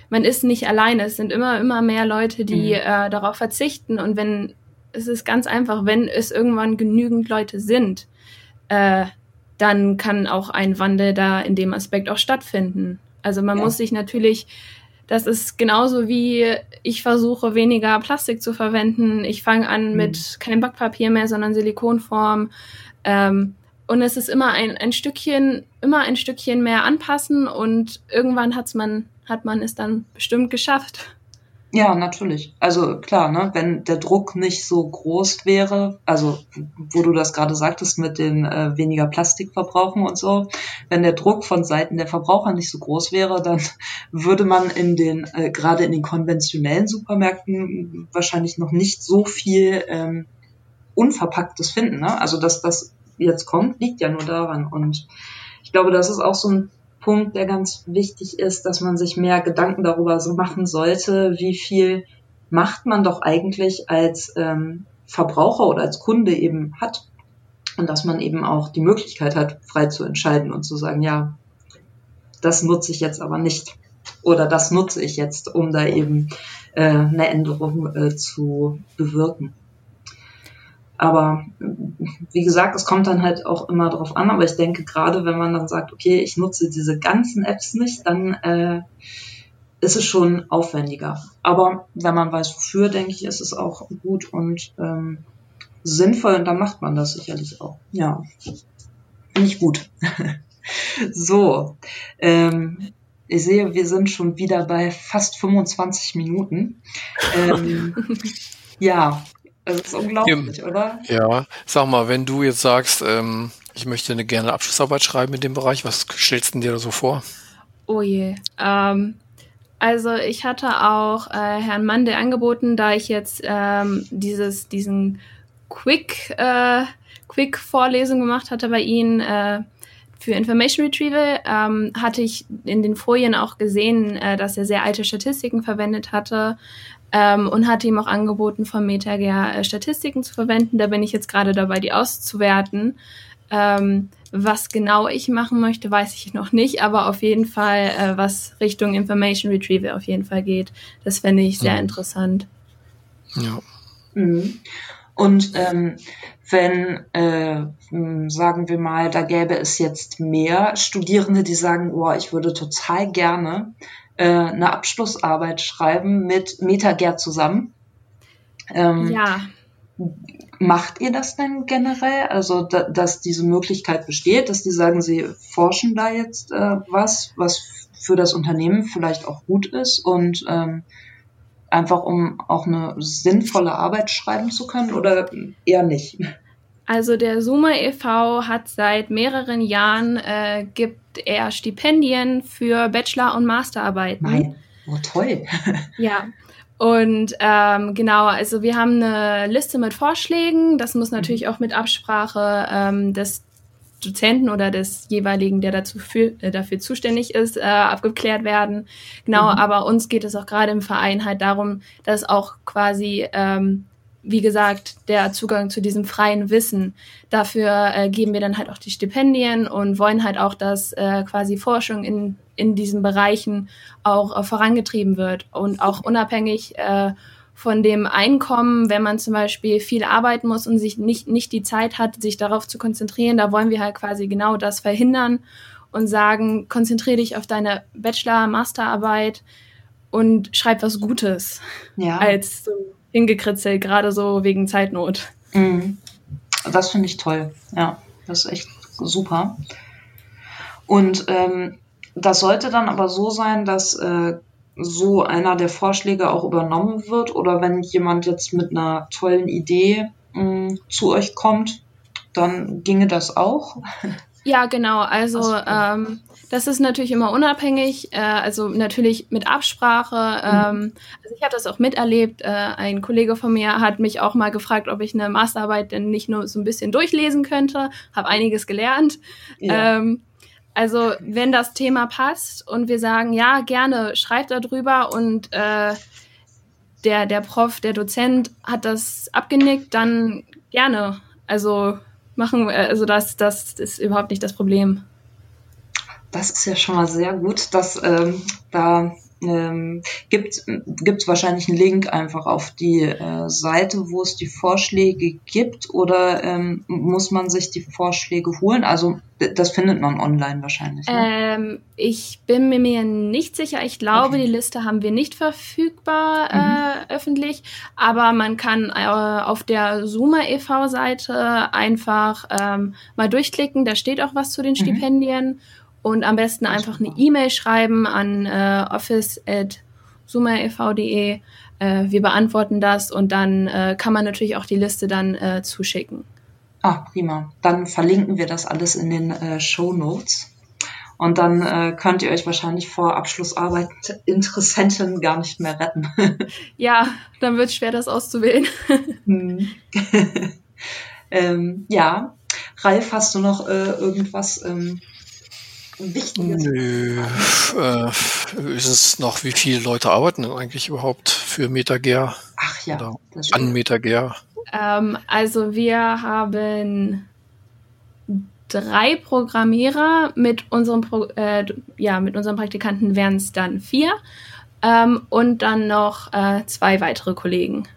man ist nicht alleine. Es sind immer mehr Leute, die darauf verzichten. Und es ist ganz einfach, wenn es irgendwann genügend Leute sind, dann kann auch ein Wandel da in dem Aspekt auch stattfinden. Also man muss sich natürlich, das ist genauso wie ich versuche, weniger Plastik zu verwenden. Ich fange an mit kein Backpapier mehr, sondern Silikonform. Und es ist immer ein Stückchen mehr anpassen und irgendwann hat man es dann bestimmt geschafft. Ja, natürlich. Also klar, ne, wenn der Druck nicht so groß wäre, also wo du das gerade sagtest mit den weniger Plastik verbrauchen und so, wenn der Druck von Seiten der Verbraucher nicht so groß wäre, dann würde man gerade in den konventionellen Supermärkten wahrscheinlich noch nicht so viel Unverpacktes finden. Ne? Also dass das jetzt kommt, liegt ja nur daran. Und ich glaube, das ist auch so ein Punkt, der ganz wichtig ist, dass man sich mehr Gedanken darüber so machen sollte, wie viel Macht man doch eigentlich als Verbraucher oder als Kunde eben hat. Und dass man eben auch die Möglichkeit hat, frei zu entscheiden und zu sagen, ja, das nutze ich jetzt aber nicht. Oder das nutze ich jetzt, um da eben eine Änderung zu bewirken. Aber wie gesagt, es kommt dann halt auch immer drauf an. Aber ich denke, gerade wenn man dann sagt, okay, ich nutze diese ganzen Apps nicht, dann ist es schon aufwendiger. Aber wenn man weiß, wofür, denke ich, ist es auch gut und sinnvoll. Und dann macht man das sicherlich auch. Ja, finde ich gut. So, ich sehe, wir sind schon wieder bei fast 25 Minuten. Ja, das ist unglaublich, oder? Ja, sag mal, wenn du jetzt sagst, ich möchte gerne Abschlussarbeit schreiben in dem Bereich, was stellst du dir da so vor? Oh je. Also ich hatte auch Herrn Mandel angeboten, da ich jetzt diesen Quick-Vorlesung gemacht hatte bei Ihnen für Information Retrieval, hatte ich in den Folien auch gesehen, dass er sehr alte Statistiken verwendet hatte. Und hatte ihm auch angeboten, von MetaGer Statistiken zu verwenden. Da bin ich jetzt gerade dabei, die auszuwerten. Was genau ich machen möchte, weiß ich noch nicht, aber auf jeden Fall, was Richtung Information Retrieval auf jeden Fall geht. Das fände ich sehr interessant. Ja. Und wenn, sagen wir mal, da gäbe es jetzt mehr Studierende, die sagen, oh, ich würde total gerne eine Abschlussarbeit schreiben mit MetaGer zusammen. Ja. Macht ihr das denn generell? Also, dass diese Möglichkeit besteht, dass die sagen, sie forschen da jetzt was für das Unternehmen vielleicht auch gut ist und einfach um auch eine sinnvolle Arbeit schreiben zu können oder eher nicht? Also der SUMA e.V. hat seit mehreren Jahren gibt er Stipendien für Bachelor- und Masterarbeiten. Nein, oh toll. Ja, und genau, also wir haben eine Liste mit Vorschlägen. Das muss natürlich auch mit Absprache des Dozenten oder des jeweiligen, der dafür zuständig ist, abgeklärt werden. Genau, aber uns geht es auch gerade im Verein halt darum, dass auch quasi wie gesagt, der Zugang zu diesem freien Wissen. Dafür geben wir dann halt auch die Stipendien und wollen halt auch, dass quasi Forschung in diesen Bereichen auch vorangetrieben wird und auch unabhängig von dem Einkommen, wenn man zum Beispiel viel arbeiten muss und sich nicht die Zeit hat, sich darauf zu konzentrieren, da wollen wir halt quasi genau das verhindern und sagen, konzentriere dich auf deine Bachelor-Masterarbeit und schreib was Gutes als so hingekritzelt, gerade so wegen Zeitnot. Das finde ich toll. Ja, das ist echt super. Und das sollte dann aber so sein, dass so einer der Vorschläge auch übernommen wird oder wenn jemand jetzt mit einer tollen Idee zu euch kommt, dann ginge das auch? Ja, genau. Also das ist natürlich immer unabhängig, also natürlich mit Absprache. Also ich habe das auch miterlebt. Ein Kollege von mir hat mich auch mal gefragt, ob ich eine Masterarbeit denn nicht nur so ein bisschen durchlesen könnte. Habe einiges gelernt. Ja. Also wenn das Thema passt und wir sagen, ja, gerne, schreibt darüber und der Prof, der Dozent hat das abgenickt, dann gerne. Also das ist überhaupt nicht das Problem. Das ist ja schon mal sehr gut, dass da gibt wahrscheinlich einen Link einfach auf die Seite, wo es die Vorschläge gibt, oder muss man sich die Vorschläge holen? Also das findet man online wahrscheinlich. Ne? Ich bin mir nicht sicher. Ich glaube, die Liste haben wir nicht verfügbar öffentlich, aber man kann auf der Summa e.V. Seite einfach mal durchklicken. Da steht auch was zu den Stipendien. Und am besten einfach eine E-Mail schreiben an office@summaev.de. Wir beantworten das und dann kann man natürlich auch die Liste dann zuschicken. Ah, prima. Dann verlinken wir das alles in den Shownotes. Und dann könnt ihr euch wahrscheinlich vor Abschlussarbeit Interessenten gar nicht mehr retten. Ja, dann wird es schwer, das auszuwählen. Ja, Ralf, hast du noch irgendwas Wichtiges? Nö. Ist es noch, wie viele Leute arbeiten denn eigentlich überhaupt für MetaGer? Ach ja, oder das an stimmt. MetaGer? Also wir haben 3 Programmierer, mit unserem Praktikanten wären es dann 4 und dann noch 2 weitere Kollegen.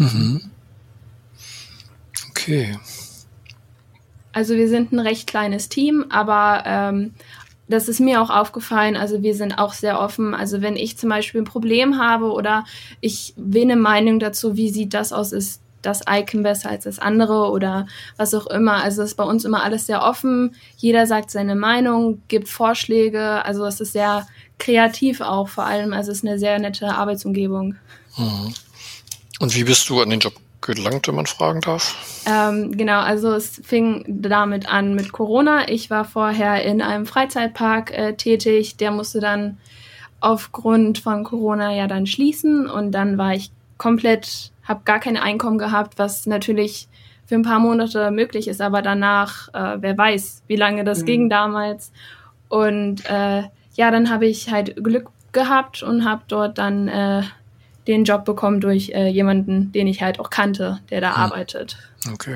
Okay. Also wir sind ein recht kleines Team, aber das ist mir auch aufgefallen, also wir sind auch sehr offen. Also wenn ich zum Beispiel ein Problem habe oder ich will eine Meinung dazu, wie sieht das aus, ist das Icon besser als das andere oder was auch immer. Also das ist bei uns immer alles sehr offen. Jeder sagt seine Meinung, gibt Vorschläge. Also es ist sehr kreativ auch vor allem. Also es ist eine sehr nette Arbeitsumgebung. Und wie bist du an den Job gelangt, wenn man fragen darf? Genau, also es fing damit an mit Corona. Ich war vorher in einem Freizeitpark tätig. Der musste dann aufgrund von Corona ja dann schließen und dann war ich komplett, habe gar kein Einkommen gehabt, was natürlich für ein paar Monate möglich ist, aber danach, wer weiß, wie lange das ging damals. Und dann habe ich halt Glück gehabt und habe dort dann den Job bekommen durch jemanden, den ich halt auch kannte, der da arbeitet. Okay.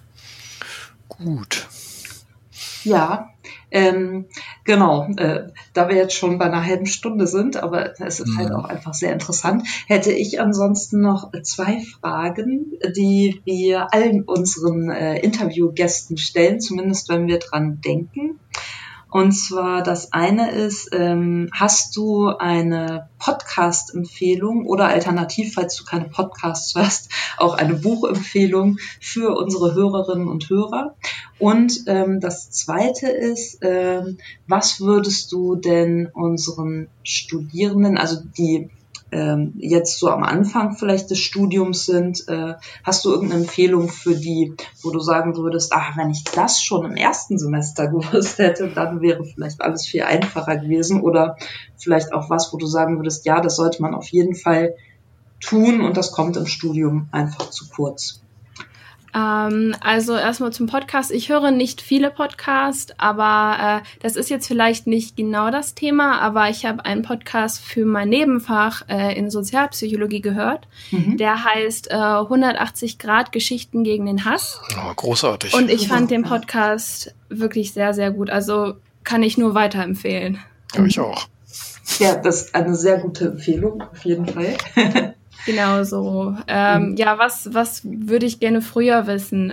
Gut. Ja, genau. Da wir jetzt schon bei einer halben Stunde sind, aber es ist halt auch einfach sehr interessant, hätte ich ansonsten noch 2 Fragen, die wir allen unseren Interviewgästen stellen, zumindest wenn wir dran denken. Und zwar das eine ist, hast du eine Podcast-Empfehlung oder alternativ, falls du keine Podcasts hörst, auch eine Buchempfehlung für unsere Hörerinnen und Hörer? Und das zweite ist, was würdest du denn unseren Studierenden, also die jetzt so am Anfang vielleicht des Studiums sind, hast du irgendeine Empfehlung für die, wo du sagen würdest, wenn ich das schon im ersten Semester gewusst hätte, dann wäre vielleicht alles viel einfacher gewesen, oder vielleicht auch was, wo du sagen würdest, ja, das sollte man auf jeden Fall tun und das kommt im Studium einfach zu kurz. Also erstmal zum Podcast. Ich höre nicht viele Podcasts, aber das ist jetzt vielleicht nicht genau das Thema, aber ich habe einen Podcast für mein Nebenfach in Sozialpsychologie gehört. Der heißt 180 Grad Geschichten gegen den Hass. Oh, großartig. Und ich fand den Podcast wirklich sehr, sehr gut. Also kann ich nur weiterempfehlen. Ja, ich auch. Ja, das ist eine sehr gute Empfehlung, auf jeden Fall. Genau so. Ja, was würde ich gerne früher wissen?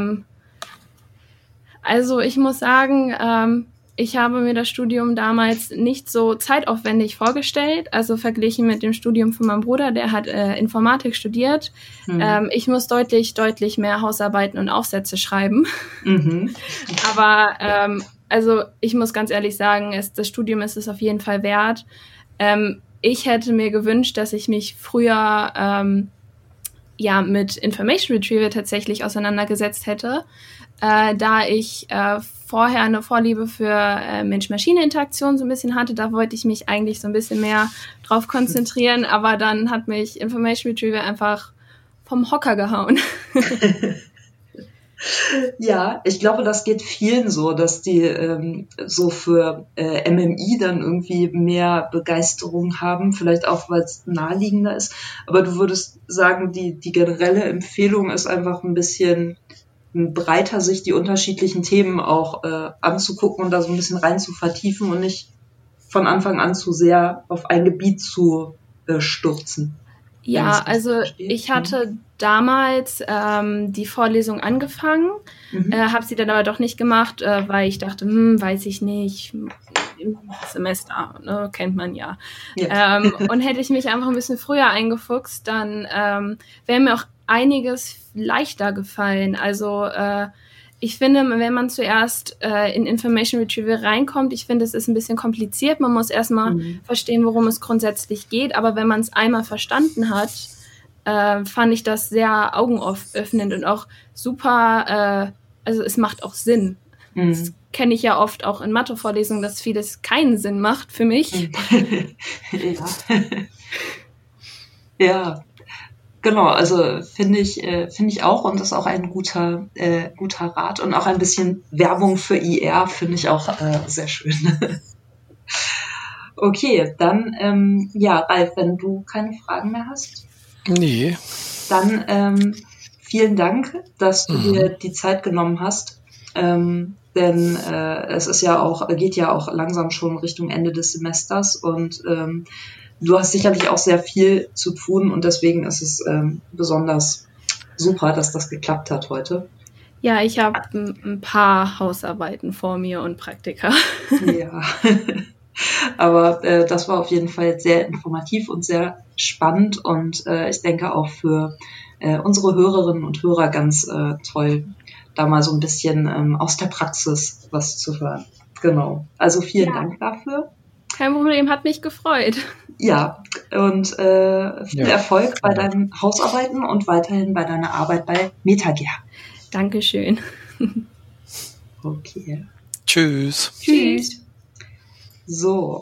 Also ich muss sagen, ich habe mir das Studium damals nicht so zeitaufwendig vorgestellt, also verglichen mit dem Studium von meinem Bruder, der hat Informatik studiert. Ich muss deutlich mehr Hausarbeiten und Aufsätze schreiben. Aber also ich muss ganz ehrlich sagen, das Studium ist es auf jeden Fall wert. Ich hätte mir gewünscht, dass ich mich früher mit Information Retrieval tatsächlich auseinandergesetzt hätte, da ich vorher eine Vorliebe für Mensch-Maschine-Interaktion so ein bisschen hatte. Da wollte ich mich eigentlich so ein bisschen mehr drauf konzentrieren, aber dann hat mich Information Retrieval einfach vom Hocker gehauen. Ja, ich glaube, das geht vielen so, dass die so für MMI dann irgendwie mehr Begeisterung haben, vielleicht auch, weil es naheliegender ist. Aber du würdest sagen, die generelle Empfehlung ist einfach ein bisschen breiter, sich die unterschiedlichen Themen auch anzugucken und da so ein bisschen rein zu vertiefen und nicht von Anfang an zu sehr auf ein Gebiet zu stürzen. Ja, also ich hatte damals die Vorlesung angefangen, habe sie dann aber doch nicht gemacht, weil ich dachte, weiß ich nicht, im Semester, ne, kennt man ja. Und hätte ich mich einfach ein bisschen früher eingefuchst, dann wäre mir auch einiges leichter gefallen. Also ich finde, wenn man zuerst in Information Retrieval reinkommt, ich finde, es ist ein bisschen kompliziert. Man muss erstmal verstehen, worum es grundsätzlich geht. Aber wenn man es einmal verstanden hat, fand ich das sehr augenöffnend und auch super, also es macht auch Sinn. Das kenne ich ja oft auch in Mathe-Vorlesungen, dass vieles keinen Sinn macht für mich. Ja. Genau, also finde ich auch, und das ist auch ein guter Rat und auch ein bisschen Werbung für IR finde ich auch sehr schön. Okay, dann Ralf, wenn du keine Fragen mehr hast. Nee. Dann vielen Dank, dass du dir die Zeit genommen hast, denn es ist geht ja auch langsam schon Richtung Ende des Semesters und du hast sicherlich auch sehr viel zu tun und deswegen ist es besonders super, dass das geklappt hat heute. Ja, ich habe ein paar Hausarbeiten vor mir und Praktika. Ja, aber das war auf jeden Fall sehr informativ und sehr spannend und ich denke auch für unsere Hörerinnen und Hörer ganz toll, da mal so ein bisschen aus der Praxis was zu hören. Genau, also vielen Dank dafür. Kein Problem, hat mich gefreut. Ja, und viel Erfolg bei deinen Hausarbeiten und weiterhin bei deiner Arbeit bei MetaGer. Dankeschön. Okay. Tschüss. Tschüss. So.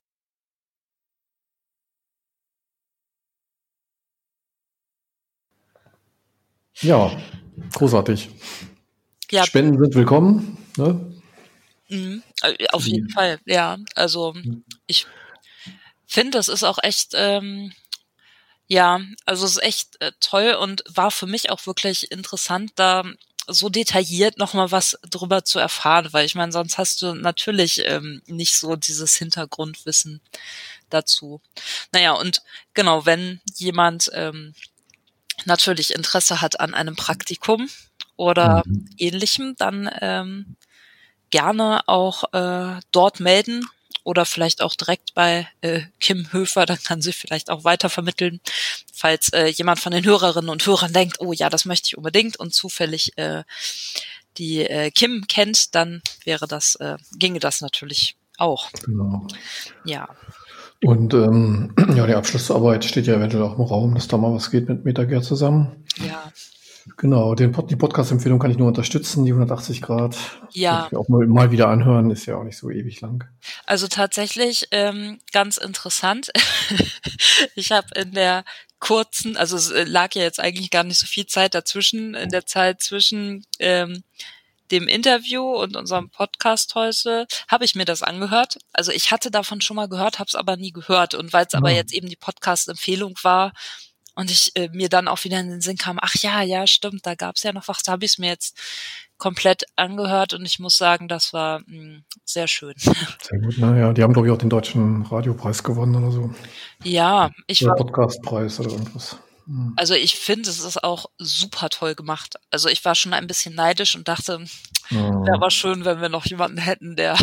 Ja, großartig. Ja. Spenden sind willkommen, ne? Auf jeden Fall, ja. Also ich finde, das ist auch echt, also es ist echt toll und war für mich auch wirklich interessant, da so detailliert nochmal was drüber zu erfahren, weil ich meine, sonst hast du natürlich nicht so dieses Hintergrundwissen dazu. Naja, und genau, wenn jemand natürlich Interesse hat an einem Praktikum oder Ähnlichem, dann gerne auch dort melden oder vielleicht auch direkt bei Kim Höfer, dann kann sie vielleicht auch weitervermitteln, falls jemand von den Hörerinnen und Hörern denkt, oh ja, das möchte ich unbedingt und zufällig die Kim kennt, dann ginge das natürlich auch. Genau. Ja. Und die Abschlussarbeit steht ja eventuell auch im Raum, dass da mal was geht mit MetaGer zusammen. Ja. Genau, die Podcast-Empfehlung kann ich nur unterstützen, die 180 Grad. Ja. Ich auch mal wieder anhören, ist ja auch nicht so ewig lang. Also tatsächlich ganz interessant. Ich habe in der kurzen, also es lag ja jetzt eigentlich gar nicht so viel Zeit dazwischen, in der Zeit zwischen dem Interview und unserem Podcast heute, habe ich mir das angehört. Also ich hatte davon schon mal gehört, habe es aber nie gehört. Und weil es aber jetzt eben die Podcast-Empfehlung war, und ich mir dann auch wieder in den Sinn kam, ach ja, stimmt, da gab's ja noch was, da habe ich es mir jetzt komplett angehört und ich muss sagen, das war sehr schön. Sehr gut, naja, die haben, glaube ich, auch den Deutschen Radiopreis gewonnen oder so. Ja, oder Podcastpreis oder irgendwas. Also ich finde, es ist auch super toll gemacht. Also ich war schon ein bisschen neidisch und dachte, wäre aber schön, wenn wir noch jemanden hätten, der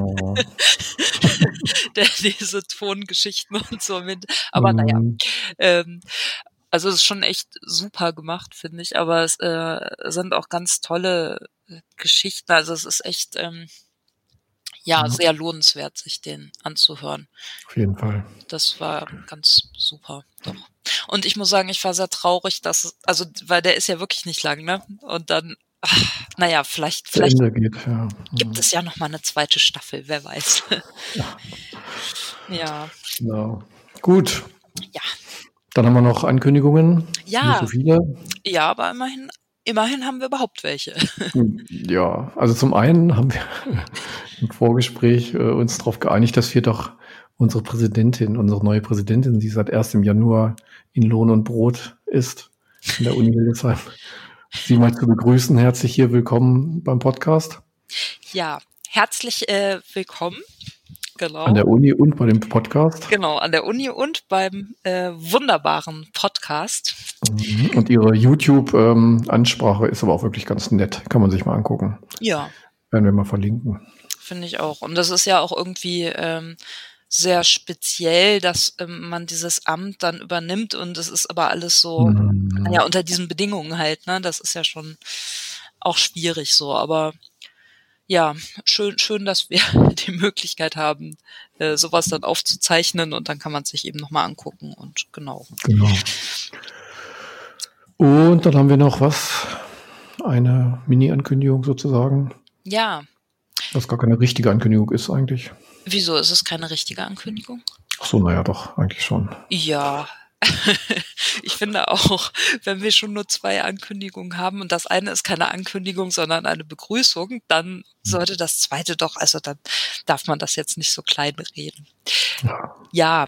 der diese Tongeschichten und so mit. Aber naja, also es ist schon echt super gemacht, finde ich. Aber es sind auch ganz tolle Geschichten. Also es ist echt sehr lohnenswert, sich den anzuhören. Auf jeden Fall. Das war ganz super, doch. Und ich muss sagen, ich war sehr traurig, weil der ist ja wirklich nicht lang, ne? Und dann, vielleicht gibt es ja noch mal eine zweite Staffel, wer weiß. Ja. Genau. Gut. Ja. Dann haben wir noch Ankündigungen. Ja. Nicht so viele. Ja, aber immerhin haben wir überhaupt welche. Ja, also zum einen haben wir im Vorgespräch uns darauf geeinigt, dass wir doch unsere neue Präsidentin, die seit 1. Januar in Lohn und Brot ist, in der Uni Hildesheim, sie mal zu begrüßen. Herzlich hier willkommen beim Podcast. Ja, herzlich willkommen. genau. An der Uni und bei dem Podcast. Genau, an der Uni und beim wunderbaren Podcast. Und ihre YouTube-Ansprache ist aber auch wirklich ganz nett. Kann man sich mal angucken. Ja. Werden wir mal verlinken. Finde ich auch. Und das ist ja auch irgendwie sehr speziell, dass man dieses Amt dann übernimmt und es ist aber alles so, ja, unter diesen Bedingungen halt, ne? Das ist ja schon auch schwierig so, aber ja, schön, dass wir die Möglichkeit haben, sowas dann aufzuzeichnen und dann kann man es sich eben nochmal angucken und genau. Und dann haben wir noch was? Eine Mini-Ankündigung sozusagen. Ja. Was gar keine richtige Ankündigung ist eigentlich. Wieso ist es keine richtige Ankündigung? Ach so, naja, doch, eigentlich schon. Ja. Ich finde auch, wenn wir schon nur 2 Ankündigungen haben und das eine ist keine Ankündigung, sondern eine Begrüßung, dann sollte das zweite doch, also dann darf man das jetzt nicht so klein reden. Ja,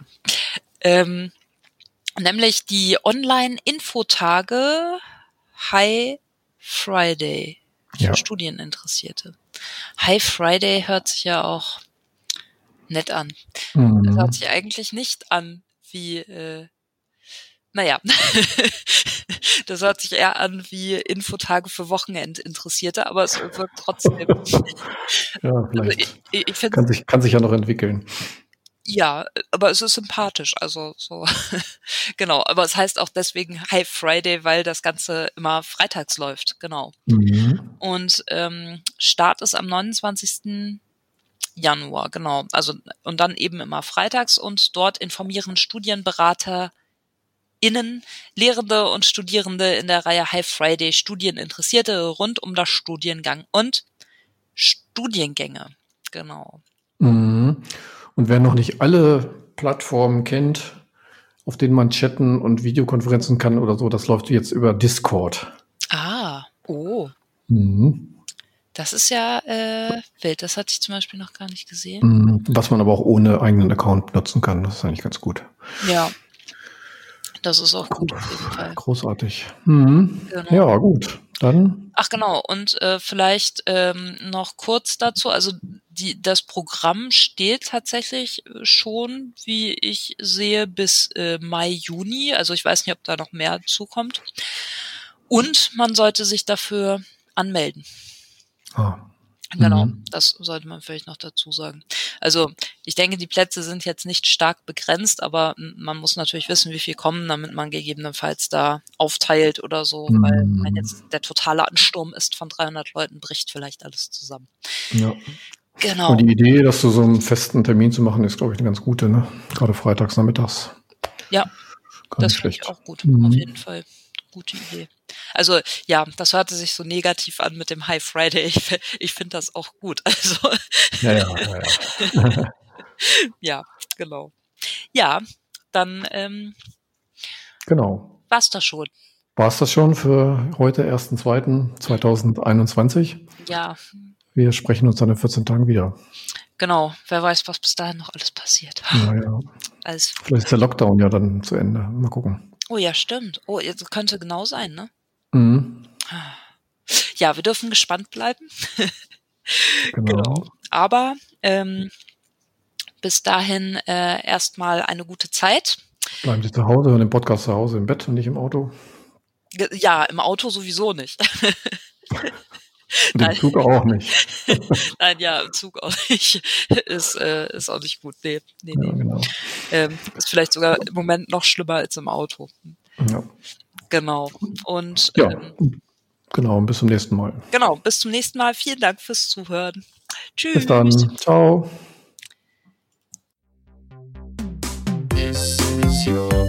nämlich die Online-Infotage High Friday für Studieninteressierte. High Friday hört sich ja auch nett an. Das hört sich eigentlich nicht an wie naja, das hört sich eher an wie Infotage für Wochenendinteressierte, aber es wirkt trotzdem. Ja, vielleicht. Also ich kann sich ja noch entwickeln. Ja, aber es ist sympathisch, also so. Genau, aber es heißt auch deswegen High Friday, weil das Ganze immer freitags läuft, genau. Und Start ist am 29. Januar, genau. Also und dann eben immer freitags und dort informieren StudienberaterInnen, Lehrende und Studierende in der Reihe High Friday Studieninteressierte rund um das Studiengang und Studiengänge. Genau. Und wer noch nicht alle Plattformen kennt, auf denen man chatten und Videokonferenzen kann oder so, das läuft jetzt über Discord. Das ist ja wild. Das hatte ich zum Beispiel noch gar nicht gesehen. Was man aber auch ohne eigenen Account nutzen kann. Das ist eigentlich ganz gut. Ja. Das ist auch gut auf jeden Fall. Großartig. Genau. Ja, gut. Dann. Ach genau, und vielleicht noch kurz dazu, also das Programm steht tatsächlich schon, wie ich sehe, bis Mai, Juni. Also ich weiß nicht, ob da noch mehr zukommt. Und man sollte sich dafür anmelden. Genau, das sollte man vielleicht noch dazu sagen. Also ich denke, die Plätze sind jetzt nicht stark begrenzt, aber man muss natürlich wissen, wie viel kommen, damit man gegebenenfalls da aufteilt oder so, weil wenn jetzt der totale Ansturm ist von 300 Leuten, bricht vielleicht alles zusammen. Ja. Genau. Und die Idee, das zu so einem festen Termin zu machen, ist, glaube ich, eine ganz gute, ne? Gerade freitags nachmittags. Ja, das finde ich auch gut, auf jeden Fall. Gute Idee. Also ja, das hörte sich so negativ an mit dem High Friday. Ich finde das auch gut. Also Ja. ja, genau. Ja, dann genau. war's das schon. War's das schon für heute, 1.2.2021? Ja. Wir sprechen uns dann in 14 Tagen wieder. Genau. Wer weiß, was bis dahin noch alles passiert. Naja. Vielleicht ist der Lockdown ja dann zu Ende. Mal gucken. Oh ja, stimmt. Oh, jetzt könnte genau sein, ne? Ja, wir dürfen gespannt bleiben. Genau. Aber bis dahin erstmal eine gute Zeit. Bleiben Sie zu Hause, hören den Podcast zu Hause im Bett und nicht im Auto. Ja, im Auto sowieso nicht. Und im Zug auch nicht. Nein, ja, im Zug auch nicht. Ist auch nicht gut. Nee. Ja, genau. Ist vielleicht sogar im Moment noch schlimmer als im Auto. Ja. Genau. Und ja, genau, bis zum nächsten Mal. Genau, bis zum nächsten Mal. Vielen Dank fürs Zuhören. Tschüss. Bis dann. Ciao. This is your